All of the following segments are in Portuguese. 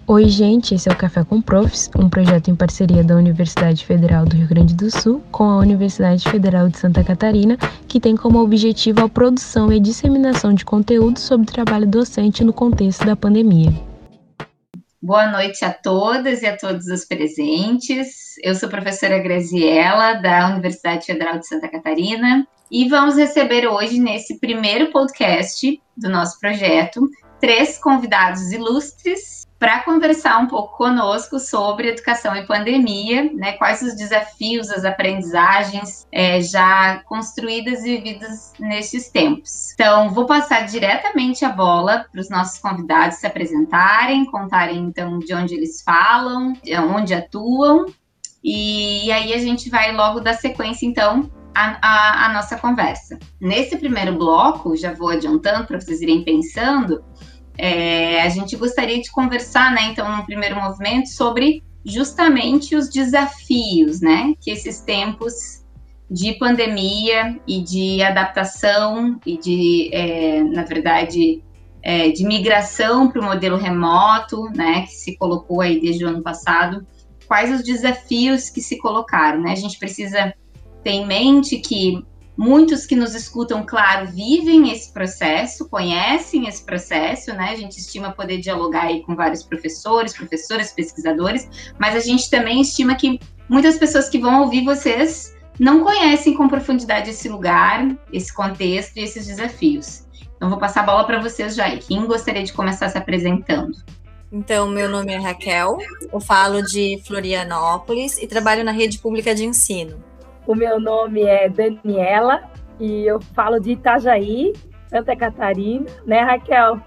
Oi, gente, esse é o Café com Profs, um projeto em parceria da Universidade Federal do Rio Grande do Sul com a Universidade Federal de Santa Catarina, que tem como objetivo a produção e a disseminação de conteúdo sobre trabalho docente no contexto da pandemia. Boa noite a todas e a todos os presentes. Eu sou a professora Graziela, da Universidade Federal de Santa Catarina, e vamos receber hoje, nesse primeiro podcast do nosso projeto, 3 convidados ilustres para conversar um pouco conosco sobre educação e pandemia, né? Quais os desafios, as aprendizagens já construídas e vividas nesses tempos. Então, vou passar diretamente a bola para os nossos convidados se apresentarem, contarem, então, de onde eles falam, de onde atuam, e aí a gente vai logo dar sequência, então, à nossa conversa. Nesse primeiro bloco, já vou adiantando para vocês irem pensando, a gente gostaria de conversar, né, então, num primeiro movimento, sobre justamente os desafios, né, que esses tempos de pandemia e de adaptação e de, na verdade, de migração para o modelo remoto, né, que se colocou aí desde o ano passado, quais os desafios que se colocaram, né? A gente precisa ter em mente que muitos que nos escutam, claro, vivem esse processo, conhecem esse processo, né? A gente estima poder dialogar aí com vários professores, professoras, pesquisadores, mas a gente também estima que muitas pessoas que vão ouvir vocês não conhecem com profundidade esse lugar, esse contexto e esses desafios. Então, vou passar a bola para vocês já. Quem gostaria de começar se apresentando? Então, meu nome é Raquel, eu falo de Florianópolis e trabalho na rede pública de ensino. O meu nome é Daniela e eu falo de Itajaí, Santa Catarina, né, Raquel?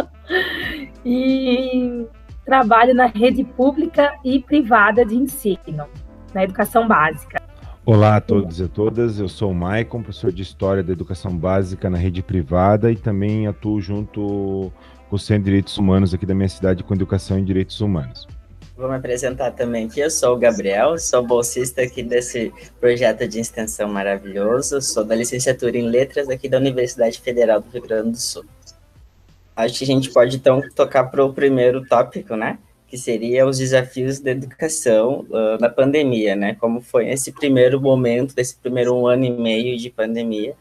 E trabalho na rede pública e privada de ensino, na educação básica. Olá a todos e a todas, eu sou o Maicon, professor de História da Educação Básica na rede privada e também atuo junto com o Centro de Direitos Humanos aqui da minha cidade com Educação e Direitos Humanos. Vou me apresentar também aqui, eu sou o Gabriel, sou bolsista aqui desse projeto de extensão maravilhoso, sou da licenciatura em Letras aqui da Universidade Federal do Rio Grande do Sul. Acho que a gente pode então tocar para o primeiro tópico, né? Que seria os desafios da educação na pandemia, né? Como foi esse primeiro momento, desse primeiro ano e meio de pandemia.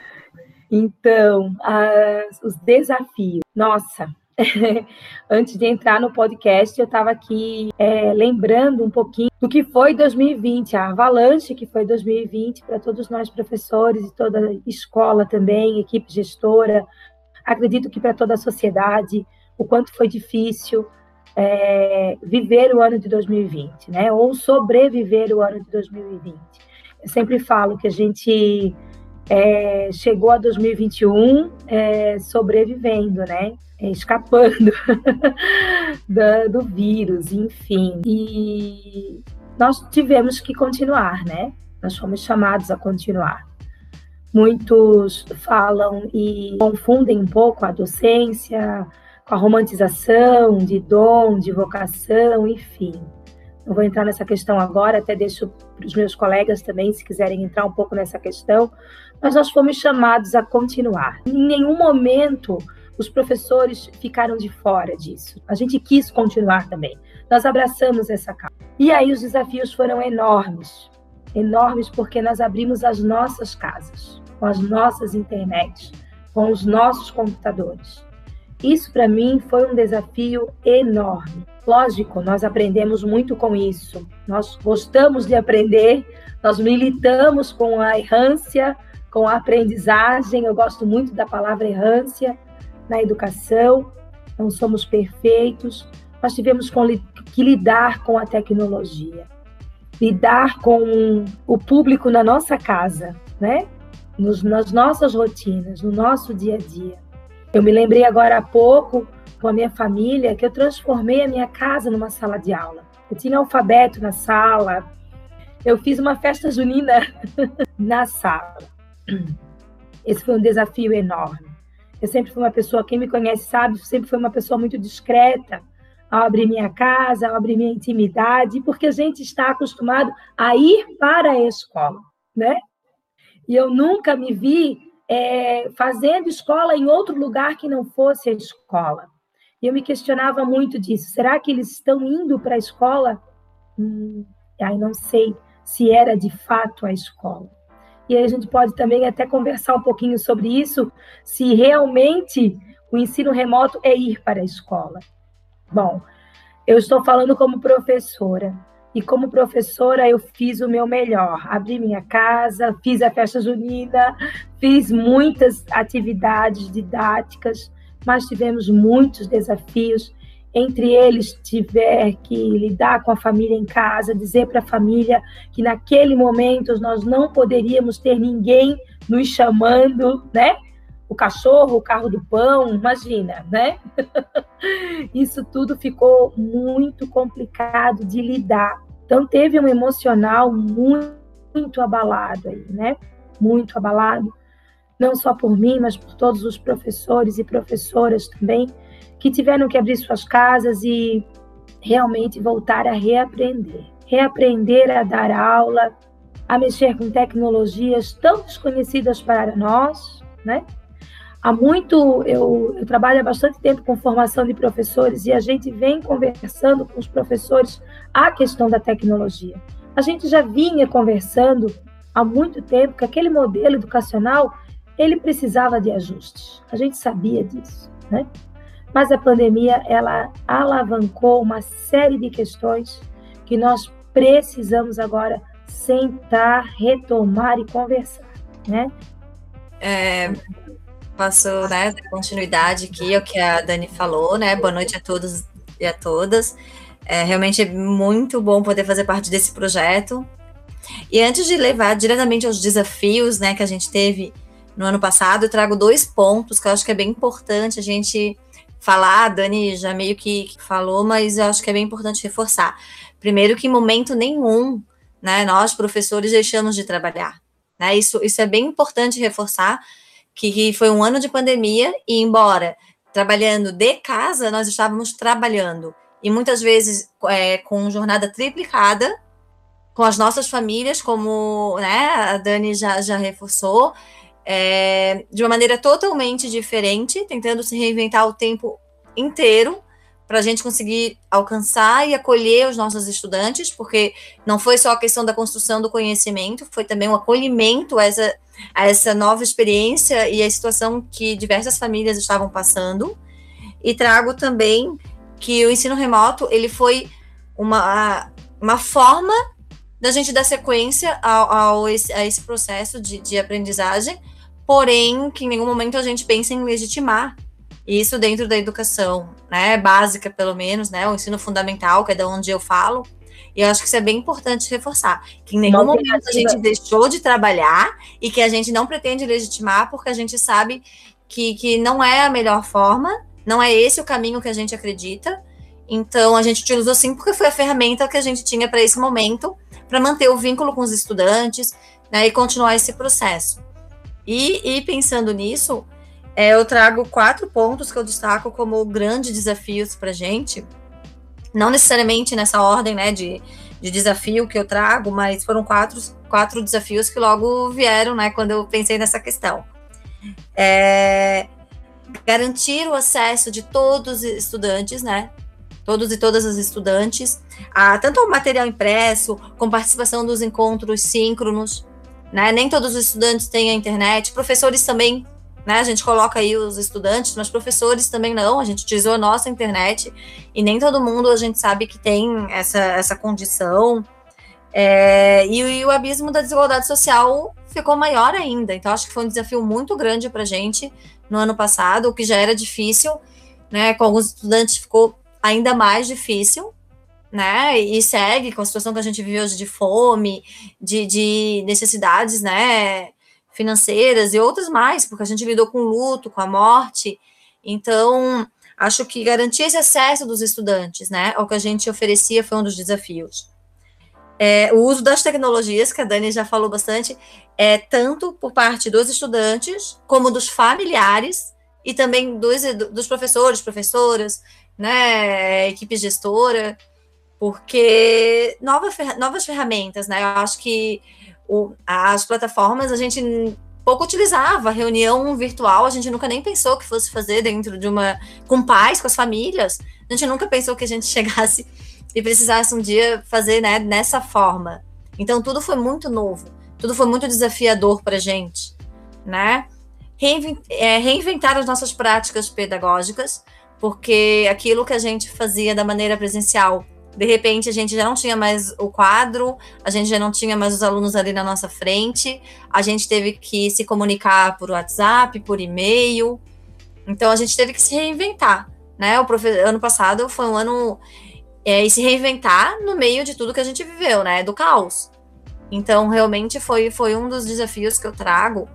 Então, os desafios. Nossa, antes de entrar no podcast, eu estava aqui lembrando um pouquinho do que foi 2020, a avalanche que foi 2020 para todos nós professores e toda a escola também, equipe gestora. Acredito que para toda a sociedade, o quanto foi difícil viver o ano de 2020, né? Ou sobreviver o ano de 2020. Eu sempre falo que a gente chegou a 2021 sobrevivendo, né? Escapando do vírus, enfim. E nós tivemos que continuar, né? Nós fomos chamados a continuar. Muitos falam e confundem um pouco a docência com a romantização de dom, de vocação, enfim. Não vou entrar nessa questão agora, até deixo para os meus colegas também, se quiserem entrar um pouco nessa questão, mas nós fomos chamados a continuar. Em nenhum momento os professores ficaram de fora disso. A gente quis continuar também. Nós abraçamos essa causa. E aí os desafios foram enormes. Enormes porque nós abrimos as nossas casas, com as nossas internets, com os nossos computadores. Isso, para mim, foi um desafio enorme. Lógico, nós aprendemos muito com isso. Nós gostamos de aprender, nós militamos com a errância, com a aprendizagem. Eu gosto muito da palavra errância na educação. Não somos perfeitos. Nós tivemos que lidar com a tecnologia, lidar com o público na nossa casa, né? Nas nossas rotinas, no nosso dia a dia. Eu me lembrei agora há pouco, com a minha família, que eu transformei a minha casa numa sala de aula. Eu tinha alfabeto na sala, eu fiz uma festa junina na sala. Esse foi um desafio enorme. Eu sempre fui uma pessoa, quem me conhece sabe, sempre fui uma pessoa muito discreta ao abrir minha casa, ao abrir minha intimidade, porque a gente está acostumado a ir para a escola, né? E eu nunca me vi fazendo escola em outro lugar que não fosse a escola. E eu me questionava muito disso. Será que eles estão indo para a escola? Aí não sei se era de fato a escola. E aí a gente pode também até conversar um pouquinho sobre isso, se realmente o ensino remoto é ir para a escola. Bom, eu estou falando como professora. E como professora eu fiz o meu melhor. Abri minha casa, fiz a festa junina, fiz muitas atividades didáticas, mas tivemos muitos desafios. Entre eles, tiver que lidar com a família em casa, dizer para a família que naquele momento nós não poderíamos ter ninguém nos chamando, né? O cachorro, o carro do pão, imagina, né? Isso tudo ficou muito complicado de lidar. Então, teve um emocional muito abalado aí, né? Muito abalado, não só por mim, mas por todos os professores e professoras também, que tiveram que abrir suas casas e realmente voltar a reaprender. Reaprender a dar aula, a mexer com tecnologias tão desconhecidas para nós, né? Eu trabalho há bastante tempo com formação de professores e a gente vem conversando com os professores a questão da tecnologia. A gente já vinha conversando há muito tempo que aquele modelo educacional, ele precisava de ajustes. A gente sabia disso, né? Mas a pandemia, ela alavancou uma série de questões que nós precisamos agora sentar, retomar e conversar, né? Passo, né, continuidade aqui ao que a Dani falou, né? Boa noite a todos e a todas. Realmente é muito bom poder fazer parte desse projeto. E antes de levar diretamente aos desafios, né, que a gente teve no ano passado, eu trago 2 pontos que eu acho que é bem importante a gente falar. A Dani já meio que falou, mas eu acho que é bem importante reforçar. Primeiro, que em momento nenhum, né, nós, professores, deixamos de trabalhar. Né? Isso é bem importante reforçar, que foi um ano de pandemia e, embora trabalhando de casa, nós estávamos trabalhando. E muitas vezes com jornada triplicada, com as nossas famílias, como, né, a Dani já reforçou, de uma maneira totalmente diferente, tentando se reinventar o tempo inteiro para a gente conseguir alcançar e acolher os nossos estudantes, porque não foi só a questão da construção do conhecimento, foi também um acolhimento a essa nova experiência e a situação que diversas famílias estavam passando. E trago também que o ensino remoto, ele foi uma forma da gente dar sequência a esse processo de aprendizagem, porém que em nenhum momento a gente pensa em legitimar isso dentro da educação, né, básica pelo menos, né, o ensino fundamental, que é da onde eu falo. E eu acho que isso é bem importante reforçar, que em nenhum momento a gente deixou de trabalhar e que a gente não pretende legitimar, porque a gente sabe que não é a melhor forma, não é esse o caminho que a gente acredita. Então, a gente utilizou sim porque foi a ferramenta que a gente tinha para esse momento, para manter o vínculo com os estudantes, né, e continuar esse processo. E pensando nisso, eu trago 4 pontos que eu destaco como grandes desafios para a gente, não necessariamente nessa ordem, né, de desafio que eu trago, mas foram 4 desafios que logo vieram, né, quando eu pensei nessa questão. Garantir o acesso de todos os estudantes, né, todos e todas as estudantes, tanto ao material impresso, com participação dos encontros síncronos, né, nem todos os estudantes têm a internet, professores também, né, a gente coloca aí os estudantes, mas professores também não, a gente utilizou a nossa internet, e nem todo mundo a gente sabe que tem essa condição, e o abismo da desigualdade social ficou maior ainda, então acho que foi um desafio muito grande para a gente no ano passado, o que já era difícil, né, com alguns estudantes ficou ainda mais difícil, né, e segue com a situação que a gente vive hoje de fome, de necessidades, né, financeiras e outras mais, porque a gente lidou com o luto, com a morte. Então, acho que garantir esse acesso dos estudantes, né, ao que a gente oferecia foi um dos desafios. O uso das tecnologias, que a Dani já falou bastante, tanto por parte dos estudantes, como dos familiares, e também dos professores, professoras, né, equipe gestora, porque novas ferramentas, né, eu acho que as plataformas, a gente pouco utilizava reunião virtual, a gente nunca nem pensou que fosse fazer dentro de com pais, com as famílias, a gente nunca pensou que a gente chegasse e precisasse um dia fazer, né, nessa forma. Então, tudo foi muito novo, tudo foi muito desafiador para a gente, né? Reinventar as nossas práticas pedagógicas, porque aquilo que a gente fazia da maneira presencial, de repente a gente já não tinha mais o quadro, a gente já não tinha mais os alunos ali na nossa frente, a gente teve que se comunicar por WhatsApp, por e-mail, então a gente teve que se reinventar, né? Ano passado foi um ano e se reinventar no meio de tudo que a gente viveu, né? Do caos. Então, realmente foi um dos desafios que eu trago.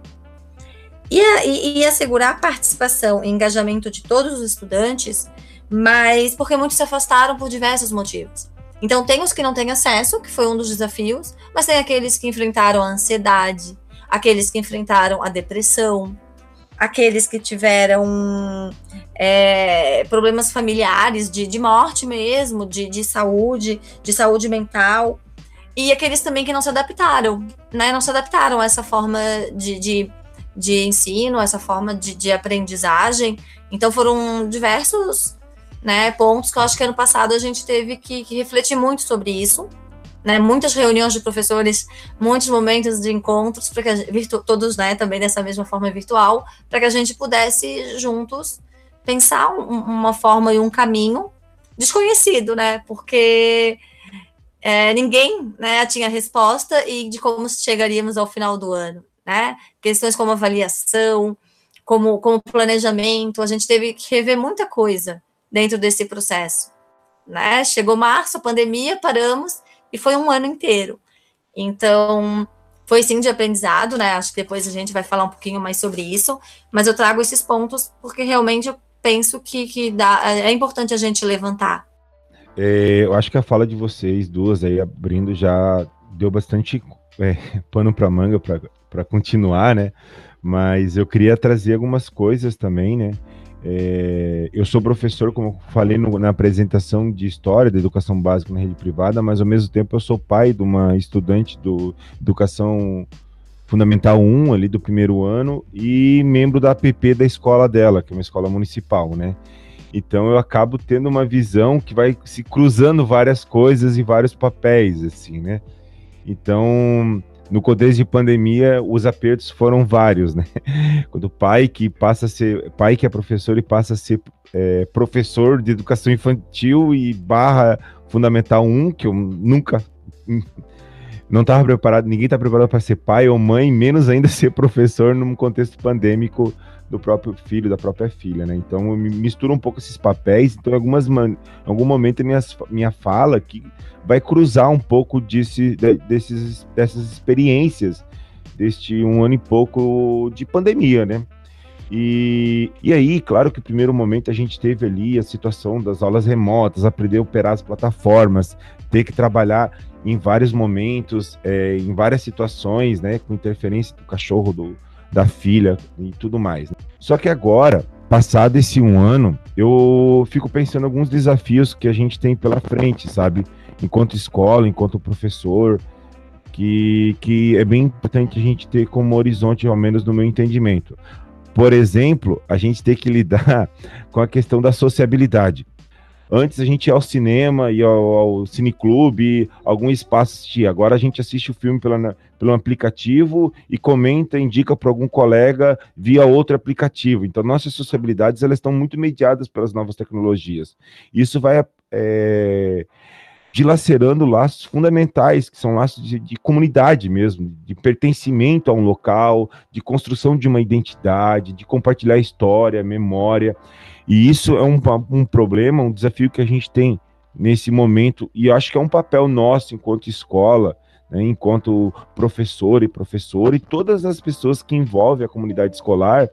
E assegurar a participação e engajamento de todos os estudantes, mas porque muitos se afastaram por diversos motivos. Então, tem os que não têm acesso, que foi um dos desafios, mas tem aqueles que enfrentaram a ansiedade, aqueles que enfrentaram a depressão, aqueles que tiveram problemas familiares, de morte mesmo, de saúde mental, e aqueles também que não se adaptaram, né? Não se adaptaram a essa forma de ensino, essa forma de aprendizagem. Então foram diversos, né, pontos que eu acho que ano passado a gente teve que refletir muito sobre isso, né? Muitas reuniões de professores, muitos momentos de encontros, para que todos, né, também dessa mesma forma virtual, para que a gente pudesse juntos pensar uma forma e um caminho desconhecido, né? Porque ninguém, né, tinha resposta e de como chegaríamos ao final do ano, né? Questões como avaliação, como planejamento, a gente teve que rever muita coisa dentro desse processo, né? Chegou março, a pandemia, paramos e foi um ano inteiro. Então, foi sim de aprendizado, né? Acho que depois a gente vai falar um pouquinho mais sobre isso, mas eu trago esses pontos porque realmente eu penso que é importante a gente levantar. Eu acho que a fala de vocês duas aí, abrindo, já deu bastante pano para manga para continuar, né? Mas eu queria trazer algumas coisas também, né? Eu sou professor, como eu falei na apresentação de História da Educação Básica na Rede Privada, mas ao mesmo tempo eu sou pai de uma estudante do Educação Fundamental 1, ali do primeiro ano, e membro da APP da escola dela, que é uma escola municipal, né? Então eu acabo tendo uma visão que vai se cruzando várias coisas e vários papéis, assim, né? Então, no contexto de pandemia, os apertos foram vários, né? Quando o pai que é professor e passa a ser professor de educação infantil e / Fundamental 1, que eu nunca não estava preparado, ninguém está preparado para ser pai ou mãe, menos ainda ser professor num contexto pandêmico do próprio filho, da própria filha, né? Então eu misturo um pouco esses papéis, então em algum momento minha fala aqui vai cruzar um pouco dessas experiências, deste um ano e pouco de pandemia, né? E aí, claro que no primeiro momento a gente teve ali a situação das aulas remotas, aprender a operar as plataformas, ter que trabalhar em vários momentos, em várias situações, né, com interferência do cachorro, da filha e tudo mais. Só que agora, passado esse um ano, eu fico pensando em alguns desafios que a gente tem pela frente, sabe? Enquanto escola, enquanto professor, que é bem importante a gente ter como horizonte, ao menos no meu entendimento. Por exemplo, a gente tem que lidar com a questão da sociabilidade. Antes a gente ia ao cinema, ia ao cineclube, algum espaço assistir. Agora a gente assiste o filme pelo aplicativo e comenta, indica para algum colega via outro aplicativo. Então nossas sociabilidades elas estão muito mediadas pelas novas tecnologias. Isso vai dilacerando laços fundamentais, que são laços de comunidade mesmo, de pertencimento a um local, de construção de uma identidade, de compartilhar história, memória. E isso é um problema, um desafio que a gente tem nesse momento, e eu acho que é um papel nosso enquanto escola, né, enquanto professor e todas as pessoas que envolvem a comunidade escolar.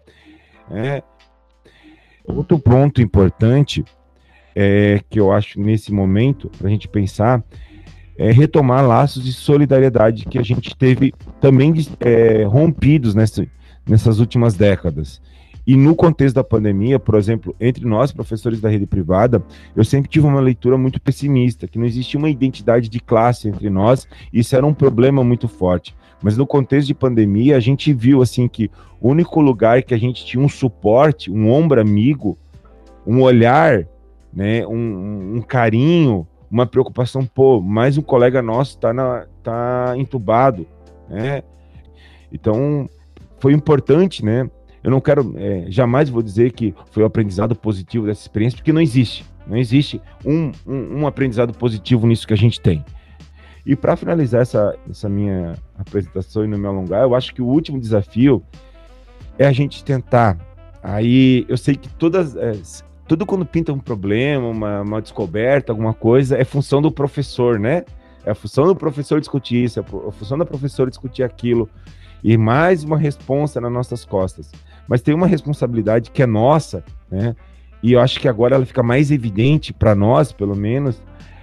Outro ponto importante que eu acho nesse momento, para a gente pensar, é retomar laços de solidariedade que a gente teve também rompidos nessas últimas décadas. E no contexto da pandemia, por exemplo, entre nós, professores da rede privada, eu sempre tive uma leitura muito pessimista, que não existia uma identidade de classe entre nós, e isso era um problema muito forte. Mas no contexto de pandemia, a gente viu assim que o único lugar que a gente tinha um suporte, um ombro amigo, um olhar, né, um carinho, uma preocupação, pô, mais um colega nosso tá entubado, né? Então, foi importante, né? Eu não quero, jamais vou dizer que foi um aprendizado positivo dessa experiência, porque não existe um aprendizado positivo nisso que a gente tem. E para finalizar essa minha apresentação e não me alongar, eu acho que o último desafio é a gente tentar, aí eu sei que tudo quando pinta um problema, uma descoberta, alguma coisa, é função do professor, né? É a função do professor discutir isso, é a função da professora discutir aquilo, e mais uma responsa nas nossas costas. Mas tem uma responsabilidade que é nossa, né? E eu acho que agora ela fica mais evidente para nós, pelo menos,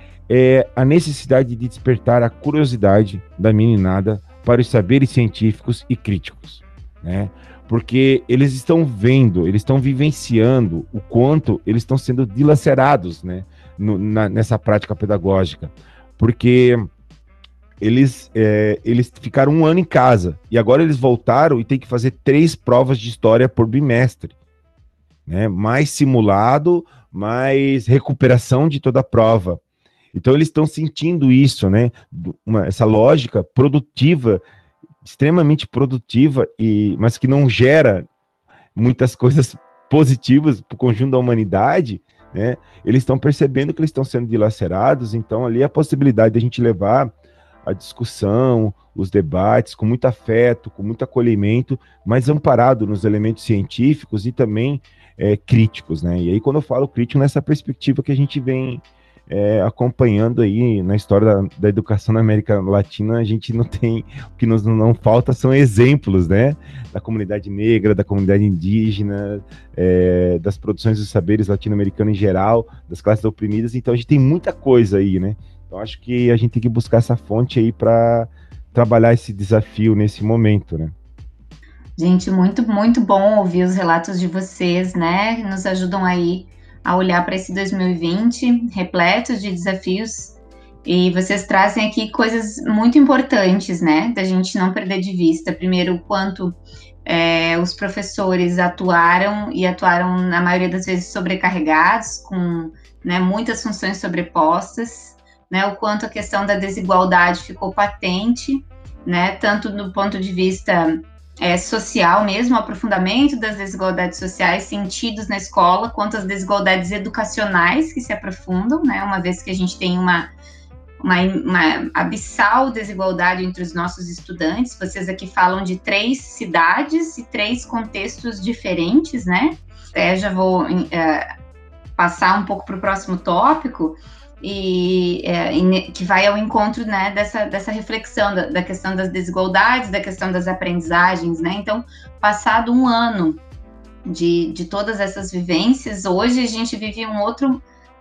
é a necessidade de despertar a curiosidade da meninada para os saberes científicos e críticos, né? Porque eles estão vendo, eles estão vivenciando o quanto eles estão sendo dilacerados, né? Nessa prática pedagógica. Porque eles ficaram 1 ano em casa e agora eles voltaram e tem que fazer 3 provas de história por bimestre, né? Mais simulado, mais recuperação de toda a prova. Então eles estão sentindo isso, né? Essa lógica produtiva, extremamente produtiva, mas que não gera muitas coisas positivas para o conjunto da humanidade, né? Eles estão percebendo que eles estão sendo dilacerados, então ali a possibilidade de a gente levar a discussão, os debates, com muito afeto, com muito acolhimento, mas amparado nos elementos científicos e também críticos, né? E aí quando eu falo crítico, nessa perspectiva que a gente vem acompanhando aí na história da educação na América Latina, a gente não tem, o que nos não falta são exemplos, né? Da comunidade negra, da comunidade indígena, das produções dos saberes latino-americanos em geral, das classes oprimidas, então a gente tem muita coisa aí, né? Então acho que a gente tem que buscar essa fonte aí para trabalhar esse desafio nesse momento, né? Gente, muito, muito bom ouvir os relatos de vocês, né? Nos ajudam aí a olhar para esse 2020 repleto de desafios, e vocês trazem aqui coisas muito importantes, né? Da gente não perder de vista. Primeiro, o quanto os professores atuaram na maioria das vezes sobrecarregados, com, né, muitas funções sobrepostas, né? O quanto a questão da desigualdade ficou patente, né? Tanto do ponto de vista social mesmo, o aprofundamento das desigualdades sociais sentidos na escola, quanto as desigualdades educacionais que se aprofundam, né, uma vez que a gente tem uma abissal desigualdade entre os nossos estudantes. Vocês aqui falam de 3 cidades e 3 contextos diferentes, né? Já vou passar um pouco para o próximo tópico, que vai ao encontro, né, dessa reflexão da questão das desigualdades, da questão das aprendizagens, né? Então, passado 1 ano de todas essas vivências, hoje a gente vive um outro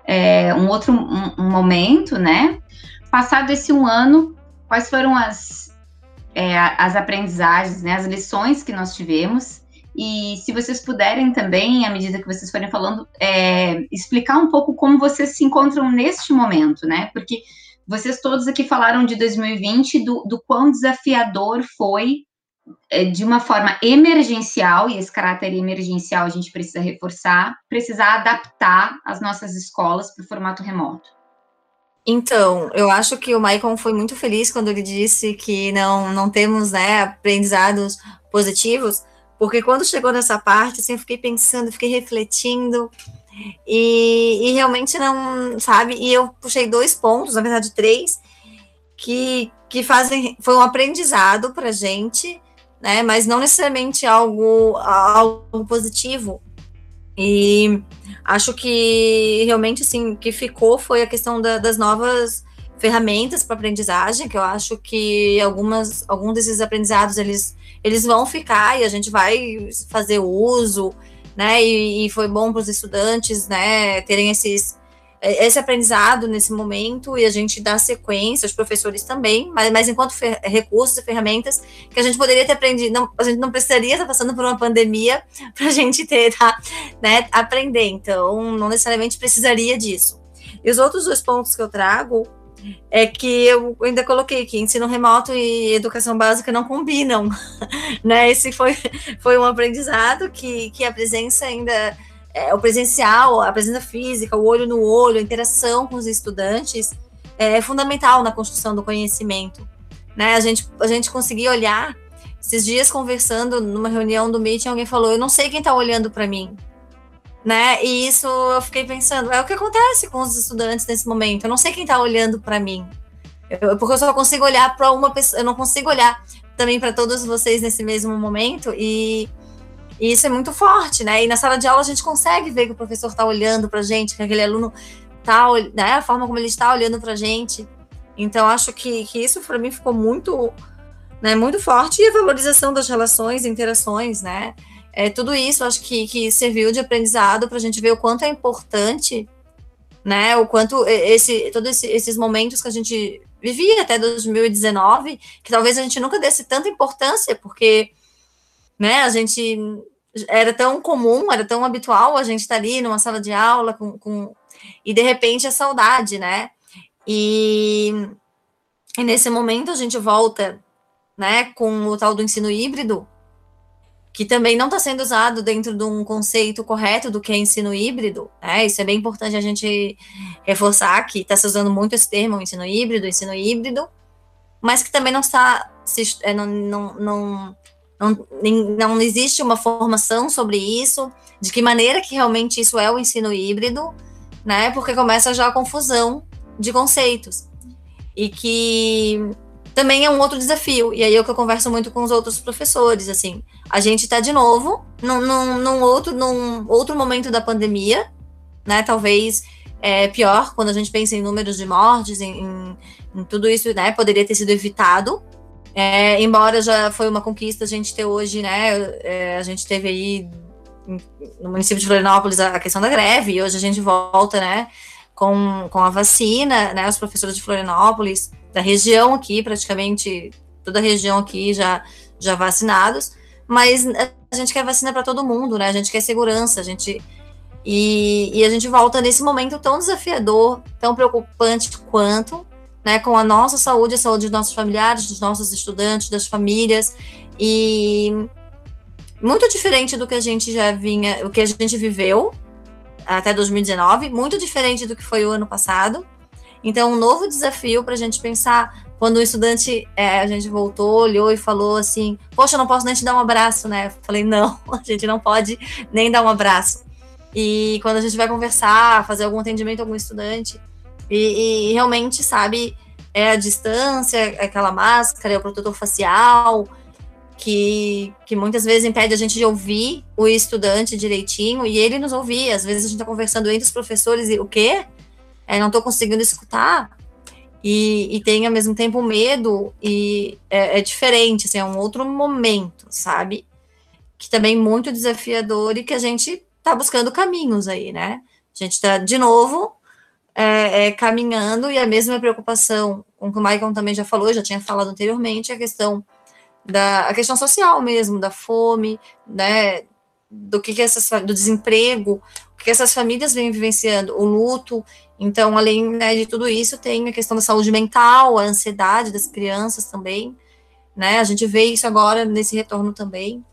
momento, né? Passado esse 1 ano, quais foram as aprendizagens, né, as lições que nós tivemos? E se vocês puderem também, à medida que vocês forem falando, explicar um pouco como vocês se encontram neste momento, né? Porque vocês todos aqui falaram de 2020, do quão desafiador foi, de uma forma emergencial, e esse caráter emergencial a gente precisa reforçar, precisar adaptar as nossas escolas para o formato remoto. Então, eu acho que o Maicon foi muito feliz quando ele disse que não temos, né, aprendizados positivos, porque quando chegou nessa parte, assim, eu fiquei pensando, fiquei refletindo, e realmente não, sabe, e eu puxei 2 pontos, na verdade 3, que foi um aprendizado pra gente, né, mas não necessariamente algo positivo, e acho que realmente, assim, que ficou foi a questão das novas ferramentas para aprendizagem, que eu acho que alguns desses aprendizados, eles vão ficar e a gente vai fazer uso, né, e foi bom para os estudantes, né, terem esse aprendizado nesse momento e a gente dá sequência, os professores também, mas enquanto recursos e ferramentas que a gente poderia ter aprendido, a gente não precisaria estar passando por uma pandemia para a gente né, aprender, então não necessariamente precisaria disso. E os outros 2 pontos que eu trago é que eu ainda coloquei que ensino remoto e educação básica não combinam, né? Esse foi um aprendizado que a presença ainda, o presencial, a presença física, o olho no olho, a interação com os estudantes é fundamental na construção do conhecimento, né? A gente conseguir olhar, esses dias conversando numa reunião do Meeting, alguém falou, eu não sei quem está olhando para mim, né? E isso eu fiquei pensando, é o que acontece com os estudantes nesse momento. Eu não sei quem está olhando para mim, porque eu só consigo olhar para uma pessoa, eu não consigo olhar também para todos vocês nesse mesmo momento, e isso é muito forte, né? E na sala de aula a gente consegue ver que o professor está olhando para a gente, que aquele aluno está, né? A forma como ele está olhando para a gente. Então acho que isso para mim ficou muito, né? Muito forte, e a valorização das relações, interações, né? Tudo isso acho que serviu de aprendizado para a gente ver o quanto é importante, né, o quanto todos esses momentos que a gente vivia até 2019, que talvez a gente nunca desse tanta importância, porque, né, a gente era tão comum, era tão habitual a gente estar ali numa sala de aula e de repente a saudade, né, e nesse momento a gente volta, né, com o tal do ensino híbrido, que também não está sendo usado dentro de um conceito correto do que é ensino híbrido, né? Isso é bem importante a gente reforçar, que está se usando muito esse termo, ensino híbrido, mas que também não está, não existe uma formação sobre isso, de que maneira que realmente isso é o ensino híbrido, né? Porque começa já a confusão de conceitos, e que também é um outro desafio, e aí é o que eu converso muito com os outros professores, assim, a gente está de novo num outro momento da pandemia, né, talvez pior, quando a gente pensa em números de mortes, em tudo isso, né, poderia ter sido evitado, embora já foi uma conquista a gente ter hoje, né, a gente teve aí no município de Florianópolis a questão da greve, e hoje a gente volta, né, com a vacina, né, os professores de Florianópolis, da região aqui, praticamente toda a região aqui já vacinados, mas a gente quer vacina para todo mundo, né? A gente quer segurança, e a gente volta nesse momento tão desafiador, tão preocupante quanto, né? Com a nossa saúde, a saúde dos nossos familiares, dos nossos estudantes, das famílias, e muito diferente do que a gente já vinha, o que a gente viveu até 2019, muito diferente do que foi o ano passado. Então, um novo desafio para a gente pensar, quando o estudante, a gente voltou, olhou e falou assim, poxa, eu não posso nem te dar um abraço, né? Eu falei, não, a gente não pode nem dar um abraço. E quando a gente vai conversar, fazer algum atendimento a algum estudante, e realmente, sabe, a distância, aquela máscara, o protetor facial, que muitas vezes impede a gente de ouvir o estudante direitinho, e ele nos ouvir. Às vezes a gente está conversando entre os professores e o quê? Não estou conseguindo escutar, e tem ao mesmo tempo medo, e é diferente, assim, é um outro momento, sabe? Que também é muito desafiador, e que a gente está buscando caminhos aí, né? A gente está, de novo, caminhando, e a mesma preocupação com o que o Michael também já falou, já tinha falado anteriormente, a questão social mesmo, da fome, né? Do desemprego, o que essas famílias vêm vivenciando, o luto. Então, além, né, de tudo isso, tem a questão da saúde mental, a ansiedade das crianças também, né? A gente vê isso agora nesse retorno também.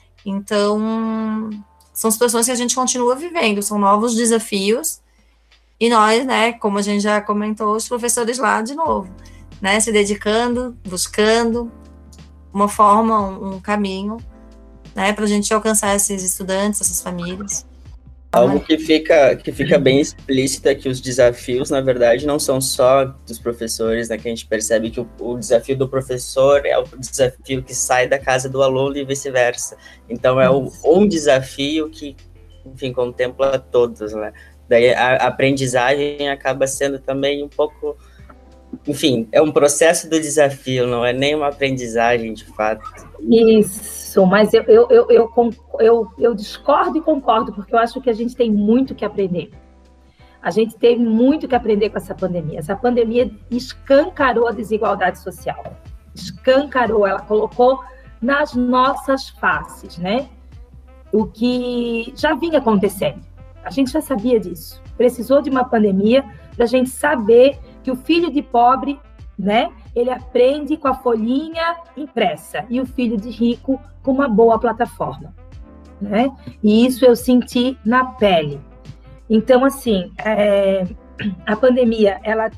Então, são situações que a gente continua vivendo, são novos desafios, e nós, né, como a gente já comentou, os professores lá de novo, né, se dedicando, buscando uma forma, um caminho, né, para a gente alcançar esses estudantes, essas famílias. Algo que fica bem explícito é que os desafios, na verdade, não são só dos professores, né? Que a gente percebe que o desafio do professor é o desafio que sai da casa do aluno e vice-versa. Então, é um desafio que, enfim, contempla todos, né? Daí, a aprendizagem acaba sendo também um pouco... Enfim, é um processo do desafio, não é nem uma aprendizagem, de fato. Isso, mas eu discordo e concordo, porque eu acho que a gente tem muito que aprender. A gente teve muito que aprender com essa pandemia. Essa pandemia escancarou a desigualdade social. Escancarou, ela colocou nas nossas faces, né? O que já vinha acontecendo. A gente já sabia disso. Precisou de uma pandemia para a gente saber que o filho de pobre, né, ele aprende com a folhinha impressa e o filho de rico com uma boa plataforma, né? E isso eu senti na pele. Então, assim, a pandemia, ela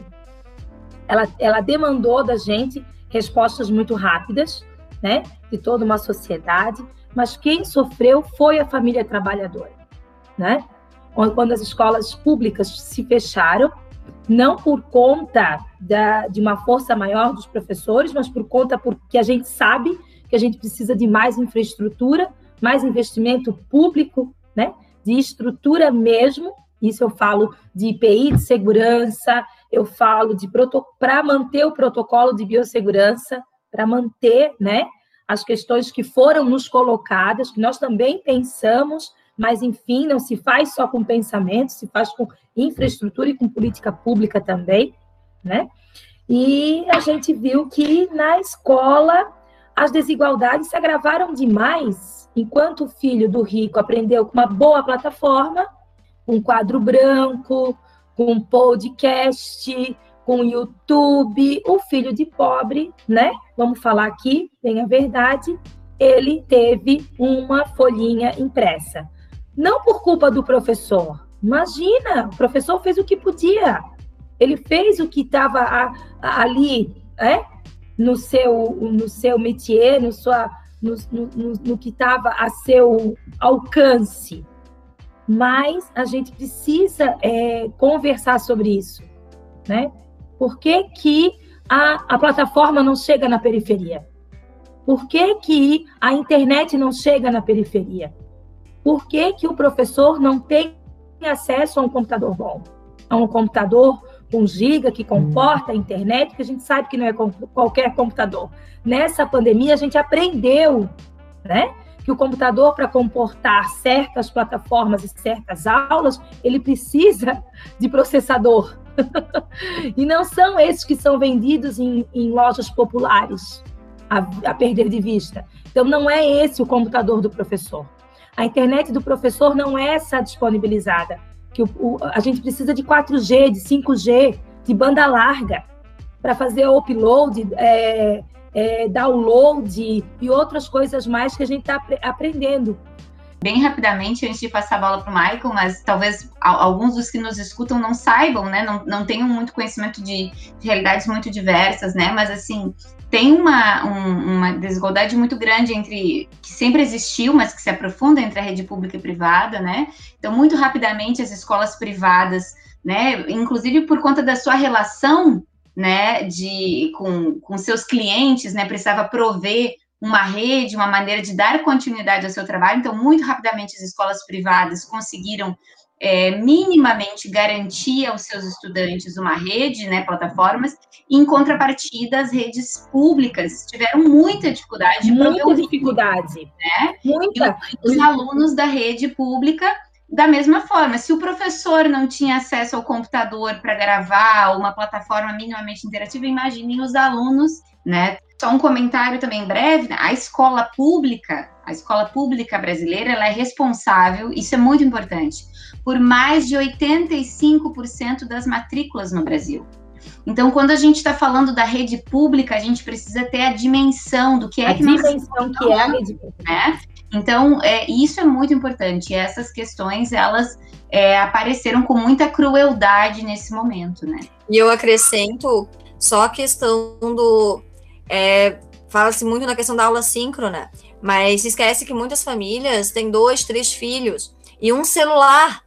demandou da gente respostas muito rápidas, né, de toda uma sociedade, mas quem sofreu foi a família trabalhadora, né? Quando as escolas públicas se fecharam, não por conta de uma força maior dos professores, mas por conta porque a gente sabe que a gente precisa de mais infraestrutura, mais investimento público, né? De estrutura mesmo. Isso eu falo de IPI de segurança, eu falo para manter o protocolo de biossegurança, para manter, né, as questões que foram nos colocadas, que nós também pensamos, mas, enfim, não se faz só com pensamento, se faz com infraestrutura e com política pública também, né? E a gente viu que na escola as desigualdades se agravaram demais, enquanto o filho do rico aprendeu com uma boa plataforma, um quadro branco, com um podcast, com YouTube, o filho de pobre, né? Vamos falar aqui, bem a verdade, ele teve uma folhinha impressa. Não por culpa do professor. Imagina, o professor fez o que podia. Ele fez o que estava ali, no seu métier, no que estava a seu alcance. Mas a gente precisa conversar sobre isso, né? Por que que a plataforma não chega na periferia? Por que que a internet não chega na periferia? Por que que o professor não tem acesso a um computador bom? A um computador com giga, que comporta a internet, que a gente sabe que não é qualquer computador. Nessa pandemia, a gente aprendeu, né, que o computador, para comportar certas plataformas e certas aulas, ele precisa de processador. E não são esses que são vendidos em lojas populares, a perder de vista. Então, não é esse o computador do professor. A internet do professor não é essa disponibilizada. Que a gente precisa de 4G, de 5G, de banda larga, para fazer upload, download e outras coisas mais que a gente está aprendendo. Bem rapidamente, antes de passar a bola para o Michael, mas talvez alguns dos que nos escutam não saibam, né? Não tenham muito conhecimento de realidades muito diversas, né? Mas, assim, tem uma desigualdade muito grande que sempre existiu, mas que se aprofunda entre a rede pública e privada, né? Então, muito rapidamente, as escolas privadas, né? Inclusive por conta da sua relação, né? Com seus clientes, né? Precisava prover uma rede, uma maneira de dar continuidade ao seu trabalho. Então, muito rapidamente, as escolas privadas conseguiram minimamente garantir aos seus estudantes uma rede, né, plataformas, e, em contrapartida, as redes públicas tiveram muita dificuldade de prover o dificuldade, né? Muita. E os alunos da rede pública, da mesma forma, se o professor não tinha acesso ao computador para gravar uma plataforma minimamente interativa, imaginem os alunos, né? Só um comentário também breve, né? A escola pública brasileira, ela é responsável, isso é muito importante, por mais de 85% das matrículas no Brasil. Então, quando a gente está falando da rede pública, a gente precisa ter a dimensão do que é que nós estamos falando, que é a rede pública, né? Então, isso é muito importante. Essas questões, elas apareceram com muita crueldade nesse momento, né? E eu acrescento só a questão do... fala-se muito na questão da aula síncrona, mas se esquece que muitas famílias têm 2, 3 filhos e um celular.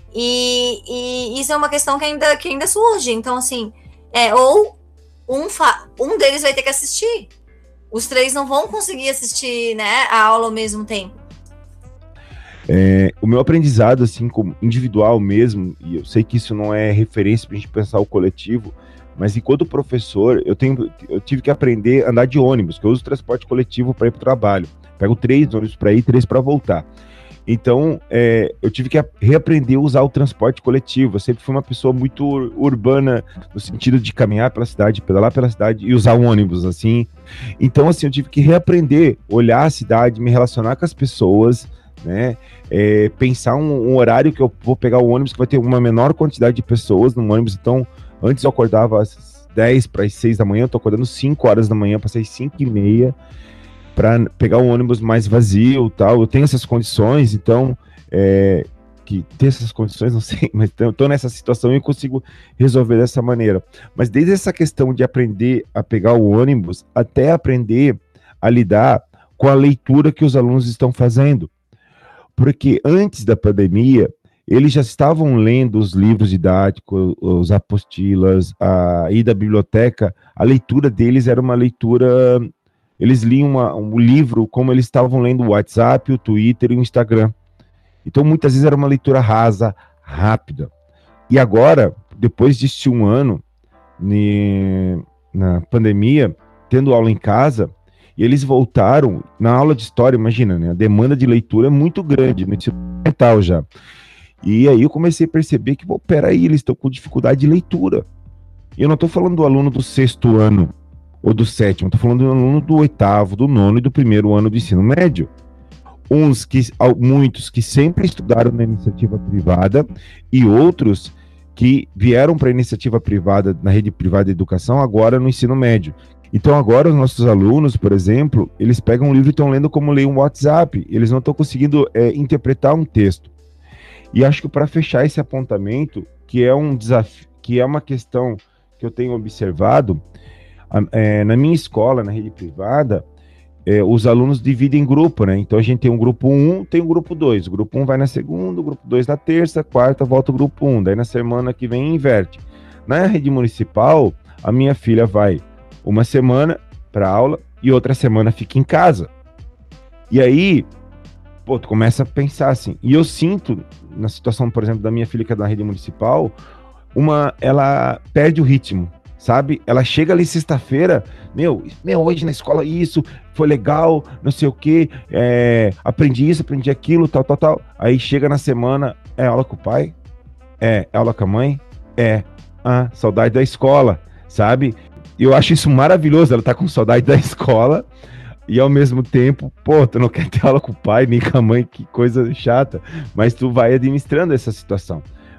E isso é uma questão que ainda surge. Então, assim, ou um deles vai ter que assistir. Os 3 não vão conseguir assistir, né, a aula ao mesmo tempo. O meu aprendizado, assim, como individual mesmo, e eu sei que isso não é referência para a gente pensar o coletivo, mas enquanto professor, eu tive que aprender a andar de ônibus, que eu uso transporte coletivo para ir para o trabalho. Pego 3 ônibus para ir, 3 para voltar. Então, eu tive que reaprender a usar o transporte coletivo. Eu sempre fui uma pessoa muito urbana, no sentido de caminhar pela cidade, pedalar pela cidade e usar o ônibus, assim. Então, assim, eu tive que reaprender, olhar a cidade, me relacionar com as pessoas, né? Pensar um horário que eu vou pegar o ônibus, que vai ter uma menor quantidade de pessoas no ônibus. Então, antes eu acordava às 10 para as 6 da manhã, eu tô acordando 5 horas da manhã, passei 5h30, para pegar um ônibus mais vazio, tal. Eu tenho essas condições, então, que ter essas condições, não sei, mas estou nessa situação e consigo resolver dessa maneira. Mas desde essa questão de aprender a pegar o ônibus, até aprender a lidar com a leitura que os alunos estão fazendo. Porque antes da pandemia, eles já estavam lendo os livros didáticos, os apostilas, a ida à biblioteca, a leitura deles era uma leitura... Eles liam um livro como eles estavam lendo o WhatsApp, o Twitter e o Instagram. Então, muitas vezes era uma leitura rasa, rápida. E agora, depois de um ano, na pandemia, tendo aula em casa, e eles voltaram na aula de história, imagina, né? A demanda de leitura é muito grande, no ensino fundamental já. E aí eu comecei a perceber que, peraí, eles estão com dificuldade de leitura. E eu não estou falando do aluno do 6º ano, ou do 7º, estou falando do aluno do 8º, do 9º e do 1º ano do ensino médio. Muitos que sempre estudaram na iniciativa privada e outros que vieram para a iniciativa privada, na rede privada de educação, agora no ensino médio. Então agora os nossos alunos, por exemplo, eles pegam um livro e estão lendo como ler um WhatsApp, eles não estão conseguindo interpretar um texto. E acho que para fechar esse apontamento, que é um desafio, que é uma questão que eu tenho observado, na minha escola, na rede privada, os alunos dividem em grupo, né? Então a gente tem um grupo 1, tem um grupo 2. O grupo 1 vai na segunda, o grupo 2 na terça, quarta volta o grupo 1. Daí na semana que vem inverte. Na rede municipal, a minha filha vai uma semana para aula e outra semana fica em casa. E aí, tu começa a pensar assim. E eu sinto, na situação, por exemplo, da minha filha que é da rede municipal, ela perde o ritmo. Sabe? Ela chega ali sexta-feira, hoje na escola isso, foi legal, não sei o quê, aprendi isso, aprendi aquilo, tal. Aí chega na semana, aula com o pai, aula com a mãe, saudade da escola, sabe? Eu acho isso maravilhoso, ela tá com saudade da escola e ao mesmo tempo, tu não quer ter aula com o pai nem com a mãe, que coisa chata, mas tu vai administrando essa situação.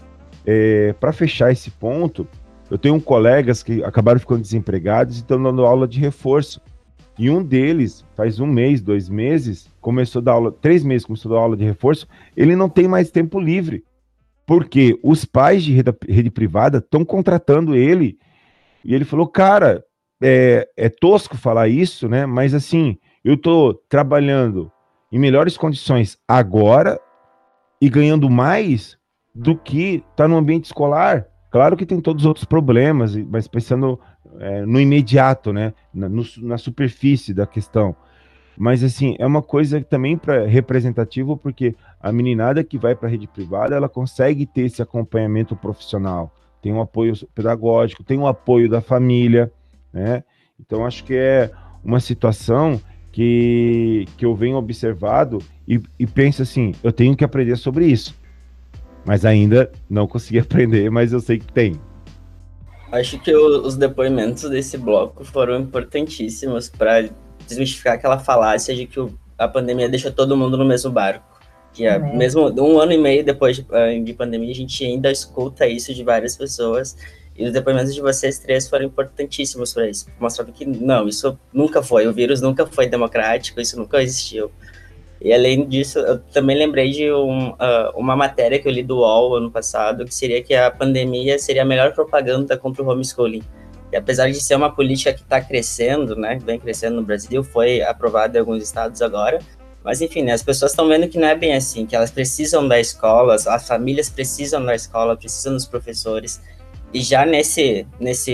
Para fechar esse ponto, eu tenho colegas que acabaram ficando desempregados e estão dando aula de reforço. E um deles, faz 1 mês, 2 meses, começou a dar aula, 3 meses começou a dar aula de reforço, ele não tem mais tempo livre. Porque os pais de rede privada estão contratando ele. E ele falou, cara, é tosco falar isso, né? Mas assim, eu estou trabalhando em melhores condições agora e ganhando mais do que tá no ambiente escolar. Claro que tem todos os outros problemas, mas pensando no imediato, né? Na superfície da questão. Mas, assim, é uma coisa também representativa, porque a meninada que vai para a rede privada, ela consegue ter esse acompanhamento profissional. Tem um apoio pedagógico, tem um apoio da família, né? Então, acho que é uma situação que eu venho observado e penso assim, eu tenho que aprender sobre isso. Mas ainda não consegui aprender, mas eu sei que tem. Acho que os depoimentos desse bloco foram importantíssimos para desmistificar aquela falácia de que a pandemia deixa todo mundo no mesmo barco. Que mesmo 1 ano e meio depois de pandemia, a gente ainda escuta isso de várias pessoas. E os depoimentos de vocês 3 foram importantíssimos para isso. Mostrando que não, isso nunca foi. O vírus nunca foi democrático, isso nunca existiu. E além disso, eu também lembrei de uma matéria que eu li do UOL ano passado, que seria que a pandemia seria a melhor propaganda contra o homeschooling. E apesar de ser uma política que está crescendo, né, vem crescendo no Brasil, foi aprovada em alguns estados agora, mas enfim, né, as pessoas estão vendo que não é bem assim, que elas precisam da escola, as famílias precisam da escola, precisam dos professores. E já nesse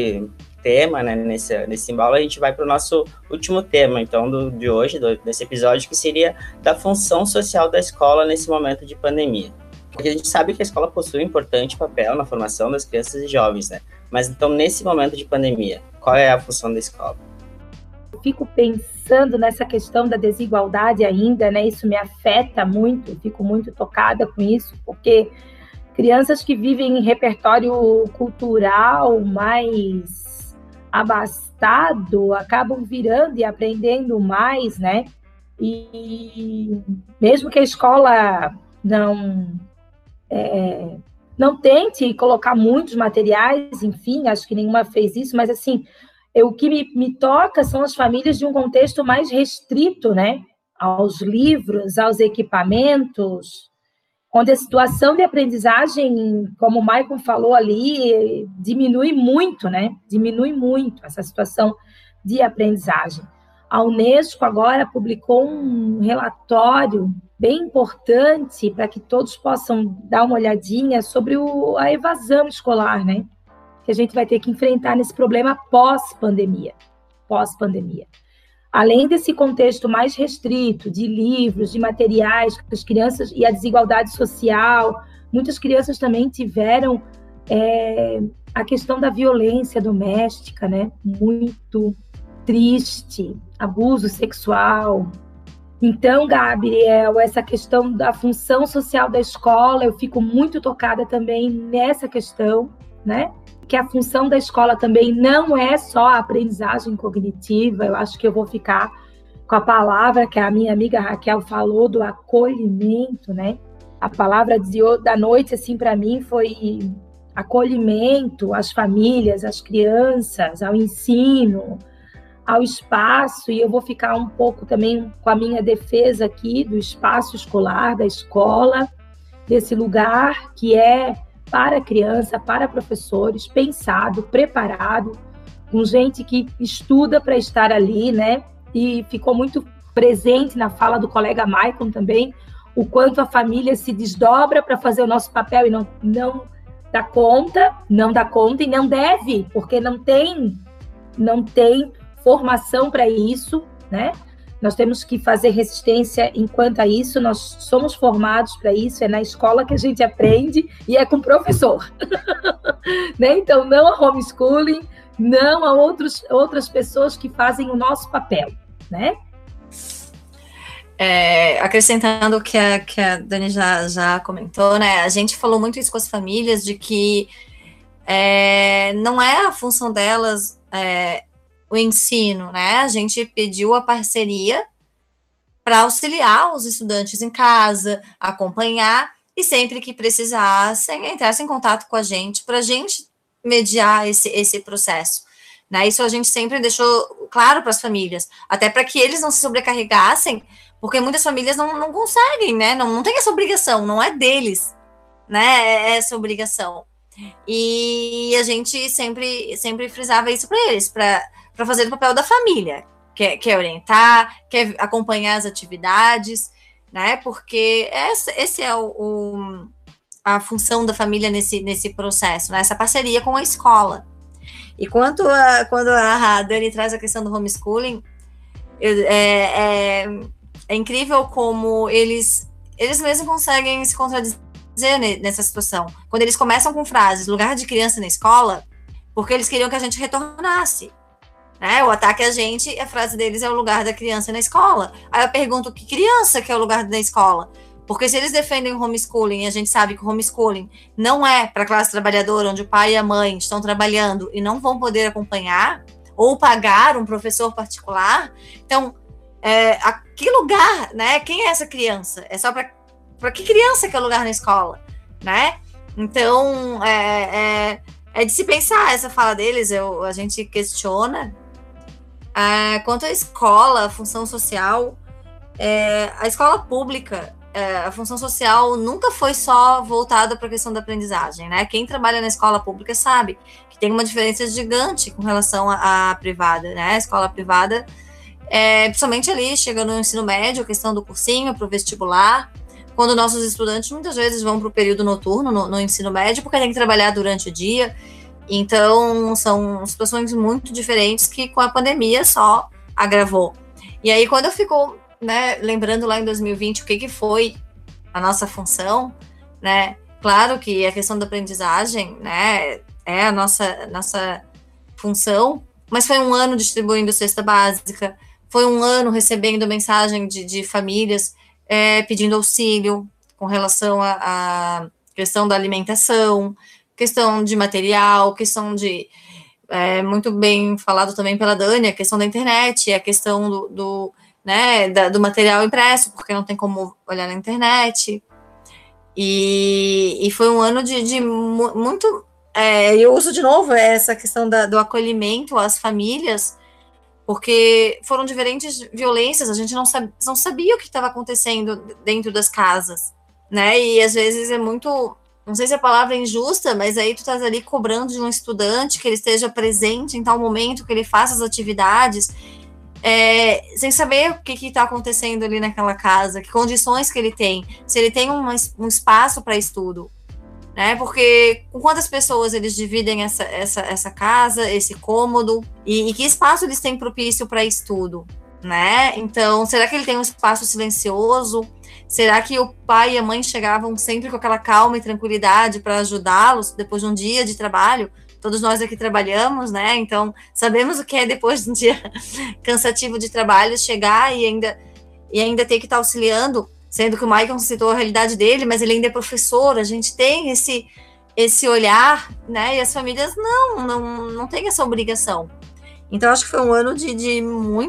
tema, né, nesse embalo, a gente vai para o nosso último tema, então, de hoje, desse episódio, que seria da função social da escola nesse momento de pandemia. Porque a gente sabe que a escola possui um importante papel na formação das crianças e jovens, né? Mas, então, nesse momento de pandemia, qual é a função da escola? fico pensando nessa questão da desigualdade ainda, né? Isso me afeta muito, eu fico muito tocada com isso, porque crianças que vivem em repertório cultural mais abastado acabam virando e aprendendo mais, né? E mesmo que a escola não tente colocar muitos materiais, enfim, acho que nenhuma fez isso, mas assim, o que me toca são as famílias de um contexto mais restrito, né? Aos livros, aos equipamentos, onde a situação de aprendizagem, como o Maicon falou ali, diminui muito, né? Diminui muito essa situação de aprendizagem. A Unesco agora publicou um relatório bem importante para que todos possam dar uma olhadinha sobre a evasão escolar, né? Que a gente vai ter que enfrentar nesse problema pós-pandemia. Além desse contexto mais restrito de livros, de materiais para as crianças e a desigualdade social, muitas crianças também tiveram a questão da violência doméstica, né? Muito triste, abuso sexual. Então, Gabriel, essa questão da função social da escola, eu fico muito tocada também nessa questão, né? Que a função da escola também não é só a aprendizagem cognitiva, eu acho que eu vou ficar com a palavra que a minha amiga Raquel falou, do acolhimento, né? A palavra da noite, assim, para mim, foi acolhimento às famílias, às crianças, ao ensino, ao espaço, e eu vou ficar um pouco também com a minha defesa aqui do espaço escolar, da escola, desse lugar que é para a criança, para professores, pensado, preparado, com gente que estuda para estar ali, né? E ficou muito presente na fala do colega Maicon também, o quanto a família se desdobra para fazer o nosso papel e não dá conta e não deve, porque não tem formação para isso, né? Nós temos que fazer resistência enquanto a isso, nós somos formados para isso, é na escola que a gente aprende e é com o professor. Né? Então, não a homeschooling, não a outras pessoas que fazem o nosso papel, né? Acrescentando o que a Dani já comentou, né? A gente falou muito isso com as famílias, de que não é a função delas o ensino, né? A gente pediu a parceria para auxiliar os estudantes em casa, acompanhar, e sempre que precisassem, entrassem em contato com a gente, para a gente mediar esse processo. Né? Isso a gente sempre deixou claro para as famílias, até para que eles não se sobrecarregassem, porque muitas famílias não conseguem, né? Não tem essa obrigação, não é deles, né? É essa obrigação. E a gente sempre frisava isso para eles, para fazer o papel da família, quer orientar, quer acompanhar as atividades, né? Porque esse é a função da família nesse processo, né? Essa parceria com a escola. E quando a Dani traz a questão do homeschooling, é incrível como eles mesmos conseguem se contradizer nessa situação. Quando eles começam com frases, lugar de criança na escola, porque eles queriam que a gente retornasse. Né? O ataque a gente, a frase deles é o lugar da criança na escola. Aí eu pergunto, que criança que é o lugar da escola? Porque se eles defendem o homeschooling, e a gente sabe que o homeschooling não é para a classe trabalhadora, onde o pai e a mãe estão trabalhando e não vão poder acompanhar, ou pagar um professor particular, então, que lugar, né? Quem é essa criança? É só para que criança que é o lugar na escola, né? Então, é de se pensar essa fala deles, a gente questiona. Quanto à escola, a função social, a escola pública, a função social nunca foi só voltada para a questão da aprendizagem, né? Quem trabalha na escola pública sabe que tem uma diferença gigante com relação à privada, né? A escola privada, principalmente ali, chegando no ensino médio, a questão do cursinho para o vestibular, quando nossos estudantes muitas vezes vão para o período noturno no ensino médio, porque tem que trabalhar durante o dia. Então, são situações muito diferentes que com a pandemia só agravou. E aí, quando eu fico, né, lembrando lá em 2020 o que foi a nossa função, né, claro que a questão da aprendizagem, né, é a nossa função, mas foi um ano distribuindo cesta básica, foi um ano recebendo mensagem de famílias pedindo auxílio com relação à questão da alimentação, questão de material, questão de, muito bem falado também pela Dani, a questão da internet, a questão do material impresso, porque não tem como olhar na internet. E foi um ano de muito... eu uso de novo essa questão do acolhimento às famílias, porque foram diferentes violências, a gente não sabia o que estava acontecendo dentro das casas, né? E às vezes é muito... Não sei se a palavra é injusta, mas aí tu estás ali cobrando de um estudante que ele esteja presente em tal momento, que ele faça as atividades, sem saber o que está acontecendo ali naquela casa, que condições que ele tem, se ele tem um espaço para estudo, né? Porque com quantas pessoas eles dividem essa casa, esse cômodo, e que espaço eles têm propício para estudo, né? Então, será que ele tem um espaço silencioso? Será que o pai e a mãe chegavam sempre com aquela calma e tranquilidade para ajudá-los depois de um dia de trabalho? Todos nós aqui trabalhamos, né? Então, sabemos o que é depois de um dia cansativo de trabalho, chegar e ainda ter que estar auxiliando, sendo que o Michael citou a realidade dele, mas ele ainda é professor, a gente tem esse olhar, né? E as famílias não têm essa obrigação. Então, acho que foi um ano de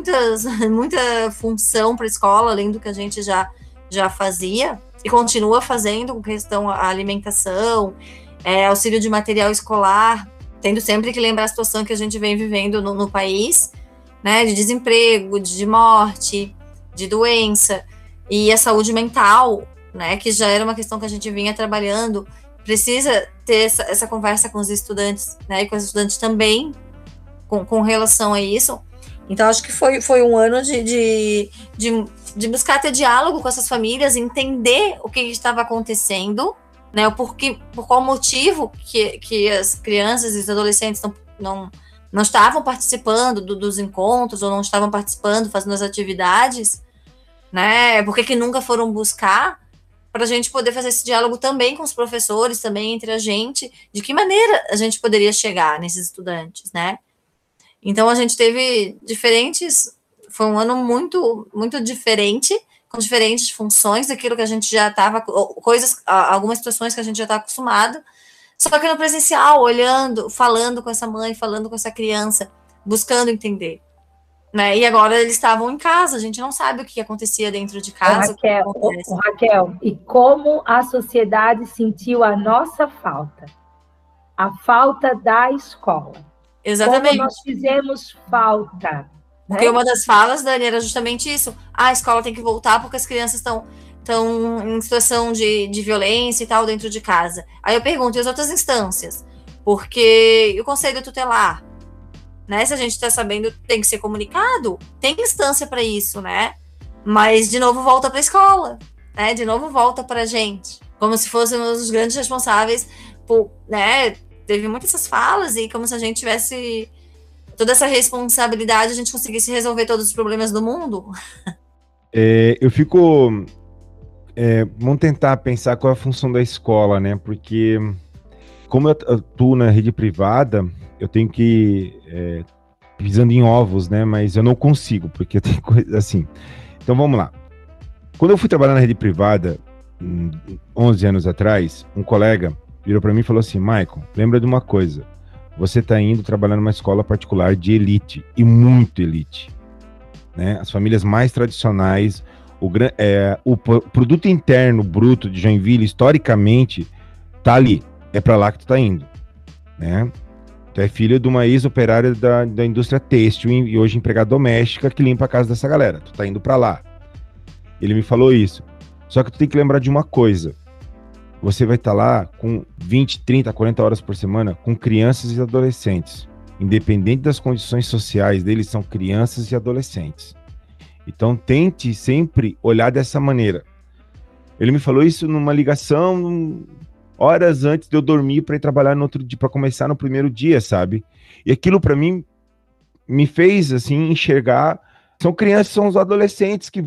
muita função para a escola, além do que a gente já fazia, e continua fazendo com questão à alimentação, auxílio de material escolar, tendo sempre que lembrar a situação que a gente vem vivendo no país, né, de desemprego, de morte, de doença, e a saúde mental, né, que já era uma questão que a gente vinha trabalhando, precisa ter essa conversa com os estudantes, né, e com os estudantes também, com relação a isso. Então, acho que foi um ano de buscar ter diálogo com essas famílias, entender o que estava acontecendo, né, por qual motivo que as crianças e os adolescentes não estavam participando dos encontros, ou não estavam participando, fazendo as atividades, né, por que nunca foram buscar, para a gente poder fazer esse diálogo também com os professores, também entre a gente, de que maneira a gente poderia chegar nesses estudantes, né. Então, a gente teve foi um ano muito, muito diferente, com diferentes funções daquilo que a gente já estava, algumas situações que a gente já está acostumado, só que no presencial, olhando, falando com essa mãe, falando com essa criança, buscando entender, né? E agora eles estavam em casa, a gente não sabe o que acontecia dentro de casa. Raquel, e como a sociedade sentiu a nossa falta? A falta da escola. Exatamente. Como nós fizemos falta. Porque uma das falas, Dani, era justamente isso. A escola tem que voltar porque as crianças estão em situação de violência e tal dentro de casa. Aí eu pergunto, e as outras instâncias? Porque o conselho tutelar, né? Se a gente está sabendo, tem que ser comunicado. Tem instância para isso, né? Mas, de novo, volta para a escola, né? De novo, volta para a gente. Como se fôssemos os grandes responsáveis por, né? Teve muitas essas falas e como se a gente tivesse toda essa responsabilidade, a gente conseguisse resolver todos os problemas do mundo. Eu fico... vamos tentar pensar qual é a função da escola, né? Porque como eu atuo na rede privada, eu tenho que... pisando em ovos, né? Mas eu não consigo, porque tem coisa assim. Então vamos lá. Quando eu fui trabalhar na rede privada, 11 anos atrás, um colega virou para mim e falou assim: Michael, lembra de uma coisa, você está indo trabalhar numa escola particular de elite, e muito elite, né? As famílias mais tradicionais, o produto interno bruto de Joinville, historicamente, tá ali, é para lá que tu tá indo, né? Tu é filho de uma ex-operária da indústria têxtil e hoje empregada doméstica que limpa a casa dessa galera, tu tá indo para lá. Ele me falou isso, só que tu tem que lembrar de uma coisa: você vai estar lá com 20, 30, 40 horas por semana com crianças e adolescentes. Independente das condições sociais deles, são crianças e adolescentes. Então, tente sempre olhar dessa maneira. Ele me falou isso numa ligação horas antes de eu dormir para ir trabalhar no outro dia, para começar no primeiro dia, sabe? E aquilo para mim me fez assim enxergar, são crianças, são os adolescentes que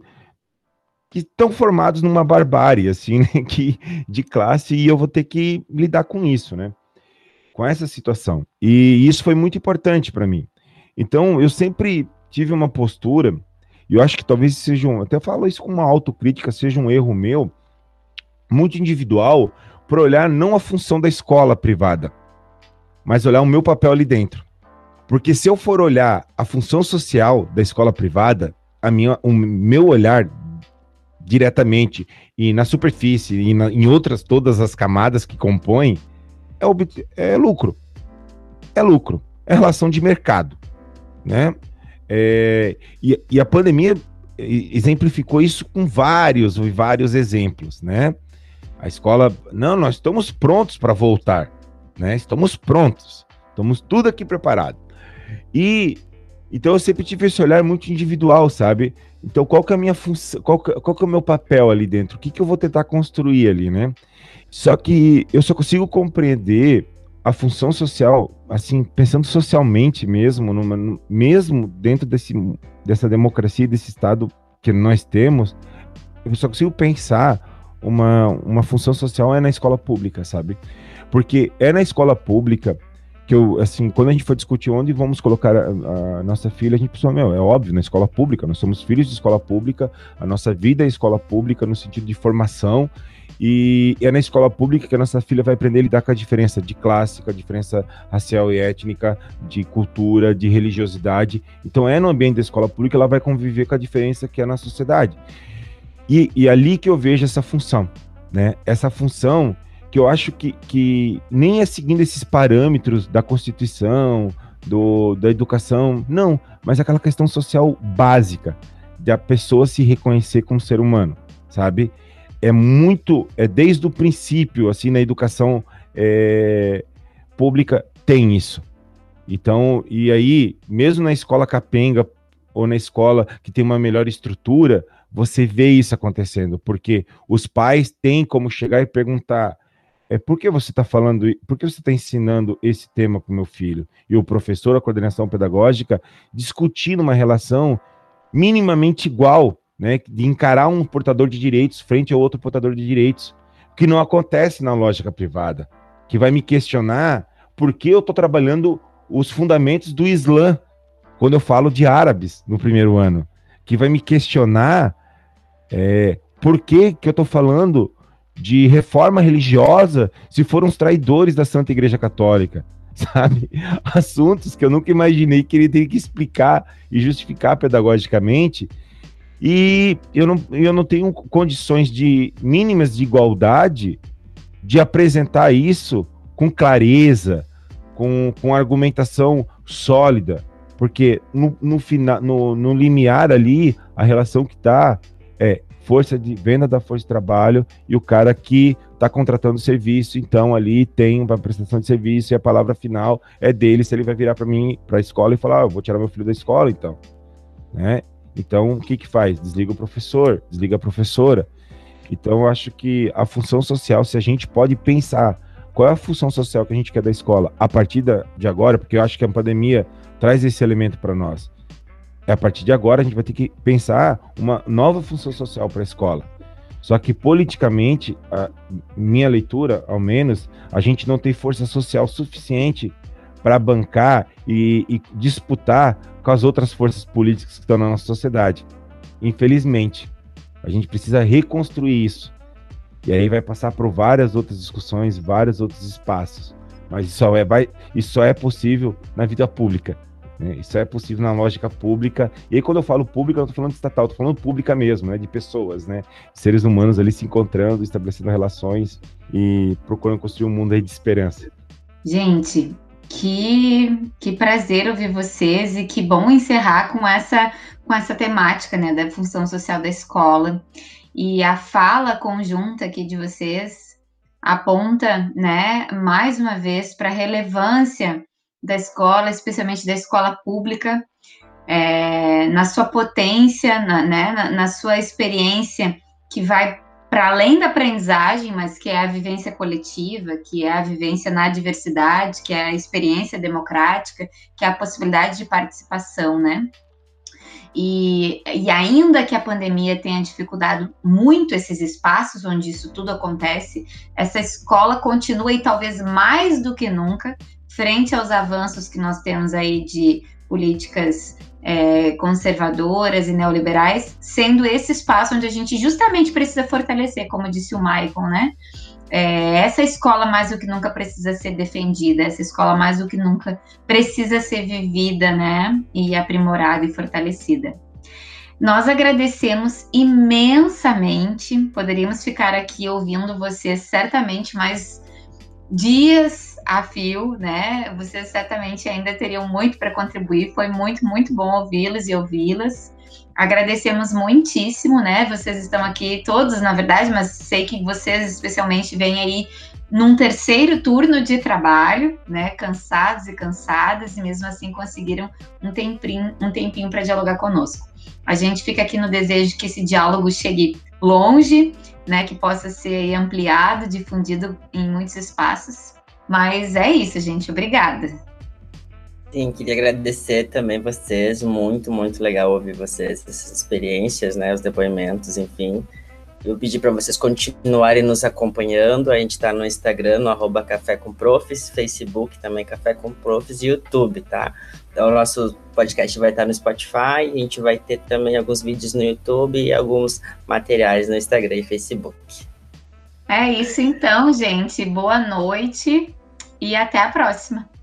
estão formados numa barbárie, assim, né, de classe, e eu vou ter que lidar com isso, né? Com essa situação. E isso foi muito importante para mim. Então, eu sempre tive uma postura, e eu acho que talvez seja até falo isso com uma autocrítica, seja um erro meu, muito individual, para olhar não a função da escola privada, mas olhar o meu papel ali dentro. Porque se eu for olhar a função social da escola privada, o meu olhar diretamente e na superfície e em outras todas as camadas que compõem é lucro. É lucro. É relação de mercado, né? E a pandemia exemplificou isso com vários exemplos, né? A escola, não, nós estamos prontos para voltar, né? Estamos prontos, estamos tudo aqui preparado. E então eu sempre tive esse olhar muito individual, sabe? Então qual que é a minha função, qual que é o meu papel ali dentro? O que eu vou tentar construir ali, né? Só que eu só consigo compreender a função social, assim, pensando socialmente mesmo, mesmo dentro dessa democracia, desse Estado que nós temos, eu só consigo pensar uma função social na escola pública, sabe? Porque é na escola pública que quando a gente for discutir onde vamos colocar a nossa filha, a gente pensou, é óbvio, na escola pública, nós somos filhos de escola pública, a nossa vida é escola pública no sentido de formação, e é na escola pública que a nossa filha vai aprender a lidar com a diferença de classe, com a diferença racial e étnica, de cultura, de religiosidade. Então é no ambiente da escola pública que ela vai conviver com a diferença que é na sociedade. E ali que eu vejo essa função, né? Essa função que eu acho que nem é seguindo esses parâmetros da Constituição, da educação, não, mas aquela questão social básica, da pessoa se reconhecer como ser humano, sabe? É desde o princípio, assim, na educação pública tem isso. Então, e aí, mesmo na escola capenga, ou na escola que tem uma melhor estrutura, você vê isso acontecendo, porque os pais têm como chegar e perguntar, por que você está falando, por que você está ensinando esse tema para o meu filho? E o professor, a coordenação pedagógica, discutindo uma relação minimamente igual, né, de encarar um portador de direitos frente ao outro portador de direitos, que não acontece na lógica privada, que vai me questionar por que eu estou trabalhando os fundamentos do Islã, quando eu falo de árabes no primeiro ano, que vai me questionar por que eu estou falando de reforma religiosa se foram os traidores da Santa Igreja Católica, sabe? Assuntos que eu nunca imaginei que ele teria que explicar e justificar pedagogicamente, e eu não tenho condições mínimas de igualdade de apresentar isso com clareza, com argumentação sólida, porque no limiar ali, a relação que está força de venda da força de trabalho e o cara que está contratando serviço, então ali tem uma prestação de serviço e a palavra final é dele, se ele vai virar para a escola e falar, eu vou tirar meu filho da escola, então, né? Então, o que faz? Desliga o professor, desliga a professora. Então, eu acho que a função social, se a gente pode pensar qual é a função social que a gente quer da escola a partir de agora, porque eu acho que a pandemia traz esse elemento para nós. A partir de agora, a gente vai ter que pensar uma nova função social para a escola. Só que, politicamente, a minha leitura, ao menos, a gente não tem força social suficiente para bancar e disputar com as outras forças políticas que estão na nossa sociedade. Infelizmente, a gente precisa reconstruir isso. E aí vai passar por várias outras discussões, vários outros espaços. Mas isso só é possível na vida pública. Né? Isso é possível na lógica pública. E aí, quando eu falo pública, eu não estou falando de estatal, estou falando pública mesmo, né? De pessoas, né? Seres humanos ali se encontrando, estabelecendo relações e procurando construir um mundo aí de esperança. Gente, que prazer ouvir vocês e que bom encerrar com essa temática, né, da função social da escola. E a fala conjunta aqui de vocês aponta, né, mais uma vez para a relevância da escola, especialmente da escola pública, na sua potência, na sua experiência, que vai para além da aprendizagem, mas que é a vivência coletiva, que é a vivência na diversidade, que é a experiência democrática, que é a possibilidade de participação, né? E ainda que a pandemia tenha dificultado muito esses espaços onde isso tudo acontece, essa escola continua, e talvez mais do que nunca, frente aos avanços que nós temos aí de políticas conservadoras e neoliberais, sendo esse espaço onde a gente justamente precisa fortalecer, como disse o Michael, né? Essa escola mais do que nunca precisa ser defendida, essa escola mais do que nunca precisa ser vivida, né? E aprimorada e fortalecida. Nós agradecemos imensamente, poderíamos ficar aqui ouvindo vocês certamente mais dias a fio, né? Vocês certamente ainda teriam muito para contribuir, foi muito, muito bom ouvi-los e ouvi-las. Agradecemos muitíssimo, né? Vocês estão aqui, todos, na verdade, mas sei que vocês especialmente vêm aí num terceiro turno de trabalho, né? Cansados e cansadas, e mesmo assim conseguiram um tempinho para dialogar conosco. A gente fica aqui no desejo que esse diálogo chegue longe, né? Que possa ser ampliado, difundido em muitos espaços. Mas é isso, gente. Obrigada. Sim, queria agradecer também vocês, muito, muito legal ouvir vocês, essas experiências, né, os depoimentos, enfim. Eu pedi para vocês continuarem nos acompanhando, a gente está no Instagram, no @cafécomprofs, Facebook também Café com Profs e YouTube, tá? Então o nosso podcast vai estar no Spotify, a gente vai ter também alguns vídeos no YouTube e alguns materiais no Instagram e Facebook. É isso então, gente. Boa noite e até a próxima.